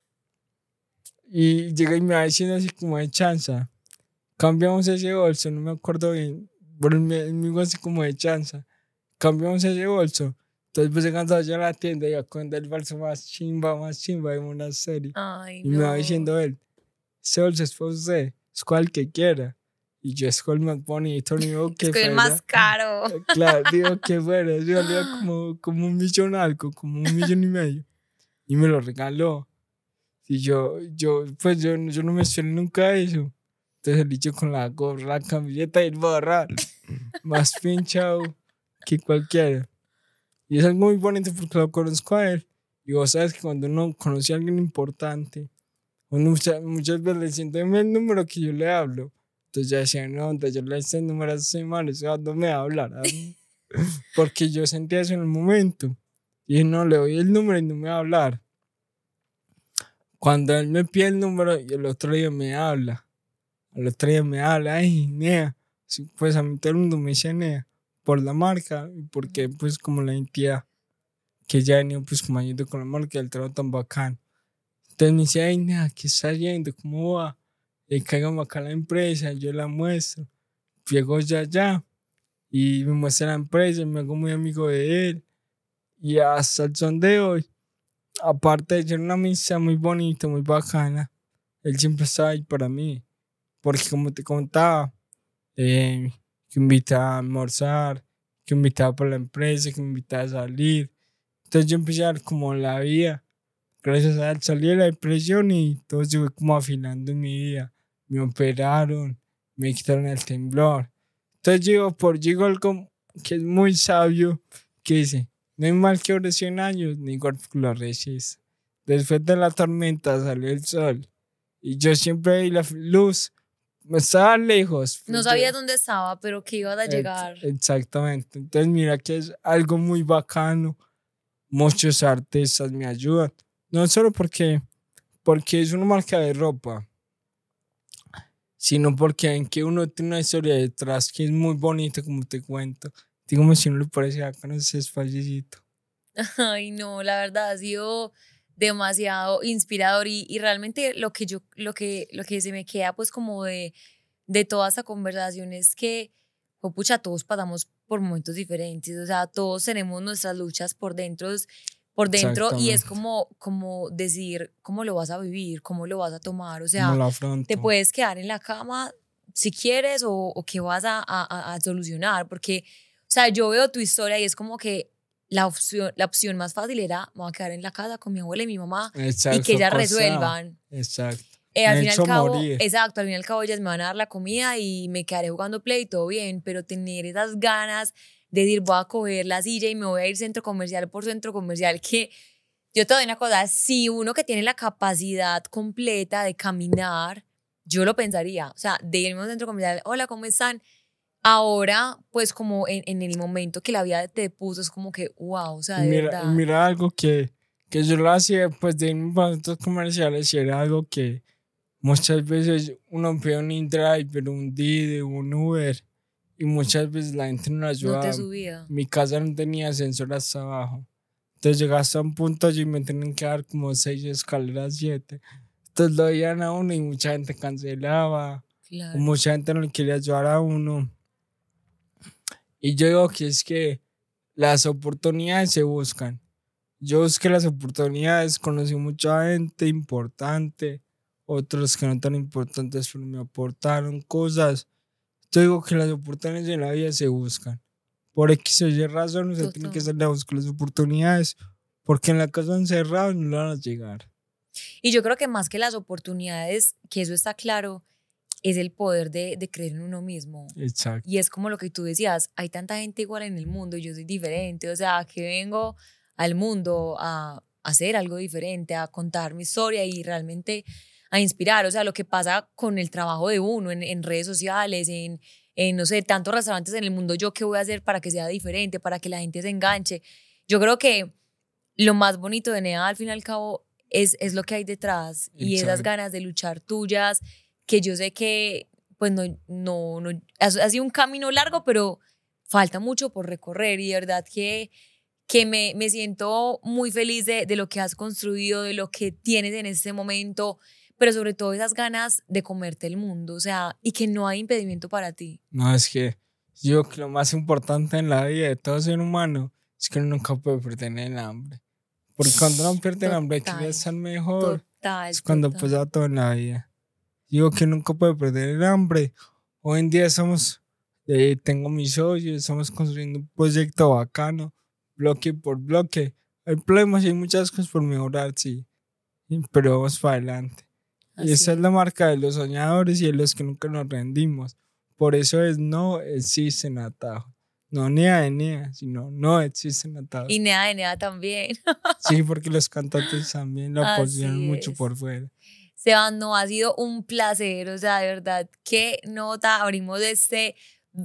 Y llega y me va diciendo así como de chanza, cambiamos ese bolso, no me acuerdo bien, pero él me dijo así como de chanza, cambiamos ese bolso. Entonces pues llegando allá a la tienda y a cuenta el bolso más chimba de Monasterio. Ay, y me va diciendo él, ese bolso es para usted, escoja el que quiera. Y yo escogí el más bonito, digo que fuera. El más caro. Claro, digo que fuera, yo valía como un millón algo, como 1,5 millones. Y me lo regaló. Y yo no me esperé nunca eso. Entonces el dicho con la gorra, la camiseta y el borrar. Más pinchado que cualquiera. Y es algo muy bonito porque lo conozco a él. Y vos sabes que cuando uno conoce a alguien importante, uno muchas veces le siente el número que yo le hablo. Entonces ya decía, no, entonces yo le hice el número a ese man, no me va a hablar a mí. Porque yo sentía eso en el momento. Y dije, no, le doy el número y no me va a hablar. Cuando él me pide el número y el otro día me habla. Ay, Nea. Pues a mí todo el mundo me dice Nea. Por la marca y porque pues como la entidad que ya venía pues como ayudando con la marca del trabajo tan bacán. Entonces me dice, ay, Nea, ¿qué está yendo? ¿Cómo va? Le caigan acá a la empresa, yo la muestro. Llego ya y me muestra la empresa, me hago muy amigo de él. Y hasta el son de hoy, aparte de ser una amistad muy bonita, muy bacana, él siempre estaba ahí para mí. Porque como te contaba, que que invita a almorzar, que invitaba por la empresa, que invitaba a salir. Entonces yo empecé a ver como la vida, gracias a él salí de la depresión y todo se fue como afinando en mi vida. Me operaron, me quitaron el temblor. Entonces digo algo que es muy sabio, que dice, no hay mal que dure 100 años, ni cuerpo que lo resista. Después de la tormenta salió el sol y yo siempre vi la luz. Estaba lejos. No sabías dónde estaba, pero que ibas a llegar. Exactamente. Entonces mira que es algo muy bacano. Muchos artistas me ayudan. No solo porque es una marca de ropa, sino porque en que uno tiene una historia detrás que es muy bonita, como te cuento. Dígame si no le parece bacano ese espacito. Ay, no, la verdad ha sido demasiado inspirador y realmente lo que se me queda pues como de toda esta conversación es que, oh, pucha, todos pasamos por momentos diferentes, o sea, todos tenemos nuestras luchas por dentro y es como decidir cómo lo vas a vivir, cómo lo vas a tomar, o sea, te puedes quedar en la cama si quieres o qué vas a solucionar, porque, o sea, yo veo tu historia y es como que la opción más fácil era, me voy a quedar en la casa con mi abuela y mi mamá. Exacto, y que ellas resuelvan. Exacto. Al fin y al cabo, exacto, al fin y al cabo ellas me van a dar la comida y me quedaré jugando play y todo bien, pero tener esas ganas de decir, voy a coger la silla y me voy a ir centro comercial por centro comercial, que yo te doy una cosa, si uno que tiene la capacidad completa de caminar, yo lo pensaría, o sea, de irme a un centro comercial, hola, ¿cómo están? Ahora, pues como en el momento que la vida te puso, es como que, wow, o sea, de verdad. Mira algo que yo lo hacía, pues de irme a centros comerciales y era algo que muchas veces uno pide un InDrive, un Didi, un Uber y muchas veces la gente no lo ayudaba. No te subía. Mi casa no tenía ascensor hasta abajo. Entonces llegaba hasta un punto allí y me tenían que dar como 6 escaleras, 7. Entonces lo veían a uno y mucha gente cancelaba. Claro. O mucha gente no le quería ayudar a uno. Y yo digo que es que las oportunidades se buscan. Yo busqué las oportunidades, conocí mucha gente importante, otros que no tan importantes, pero me aportaron cosas. Yo digo que las oportunidades en la vida se buscan. Por X o Y razón, usted tiene que salir a buscar las oportunidades, porque en la casa encerrado no le van a llegar. Y yo creo que más que las oportunidades, que eso está claro, es el poder de creer en uno mismo. Exacto. Y es como lo que tú decías, hay tanta gente igual en el mundo y yo soy diferente, o sea, que vengo al mundo a hacer algo diferente, a contar mi historia y realmente a inspirar, o sea, lo que pasa con el trabajo de uno en redes sociales, en, no sé, tantos restaurantes en el mundo, yo qué voy a hacer para que sea diferente, para que la gente se enganche. Yo creo que lo más bonito de NEA al fin y al cabo es lo que hay detrás. Exacto. Y esas ganas de luchar tuyas, que yo sé que pues no ha sido un camino largo, pero falta mucho por recorrer y de verdad que me siento muy feliz de lo que has construido, de lo que tienes en este momento, pero sobre todo esas ganas de comerte el mundo, o sea, y que no hay impedimento para ti. No, es que yo creo que lo más importante en la vida de todo ser humano es que uno nunca puede perder el hambre. Porque cuando uno pierde el hambre, quiere estar mejor. Es cuando pasa todo en la vida. Digo que nunca puede perder el hambre. Hoy en día tengo mis socios, estamos construyendo un proyecto bacano, bloque por bloque. Hay problemas y hay muchas cosas por mejorar, sí, pero vamos para adelante. Así. Y esa es la marca de los soñadores y de los que nunca nos rendimos. Por eso no existen atajos. No NEA de NEA, sino no existen atajos. Y NEA de NEA también. Sí, porque los cantantes también lo posicionan mucho por fuera. Sebas, no, ha sido un placer, o sea, de verdad, qué nota, abrimos este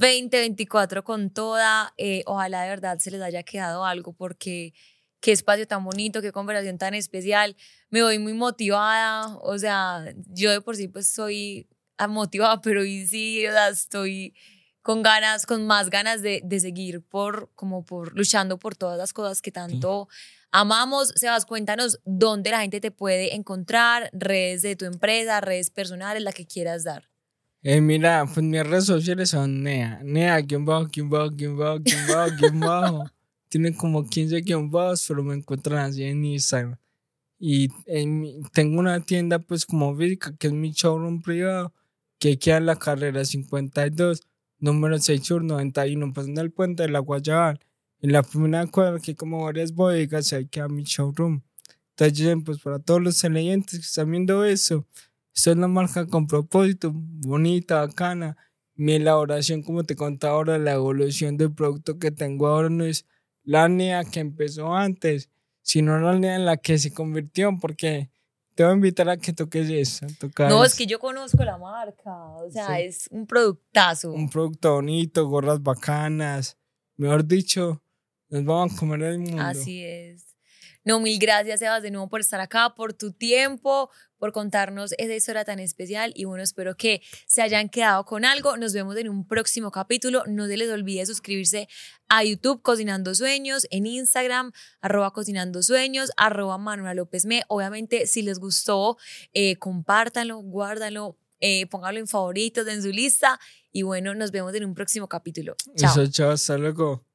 2024 con toda, ojalá de verdad se les haya quedado algo porque qué espacio tan bonito, qué conversación tan especial, me voy muy motivada, o sea, yo de por sí pues soy motivada, pero hoy sí, o sea, estoy con más ganas de seguir luchando por todas las cosas que tanto amamos. Sebas, cuéntanos dónde la gente te puede encontrar, redes de tu empresa, redes personales, la que quieras dar. Mira, pues mis redes sociales son NEA, Tienen como 15 guión-bajos, pero me encuentran así en Instagram. Y tengo una tienda pues como física, que es mi showroom privado, que queda en la carrera 52, número 6 Sur 91, pasando el puente de la Guayabal. En la primera cuadra, que como varias bodegas, ahí queda mi showroom. Entonces, pues para todos los televidentes que están viendo eso, esto es una marca con propósito, bonita, bacana. Mi elaboración, como te contaba ahora, la evolución del producto que tengo ahora no es la NEA que empezó antes, sino la NEA en la que se convirtió, porque te voy a invitar a que toques eso. No, es que yo conozco la marca, o sea, Sí. es un productazo. Un producto bonito, gorras bacanas, mejor dicho, nos vamos a comer el mundo. Así es. No, mil gracias, Sebas, de nuevo por estar acá, por tu tiempo, por contarnos esa historia tan especial y bueno, espero que se hayan quedado con algo. Nos vemos en un próximo capítulo. No se les olvide suscribirse a YouTube Cocinando Sueños, en Instagram @Cocinando Sueños, @Manuela López Me. Obviamente, si les gustó, compártanlo, guárdanlo, pónganlo en favoritos, en su lista y bueno, nos vemos en un próximo capítulo. Chao. Eso, chao, hasta luego.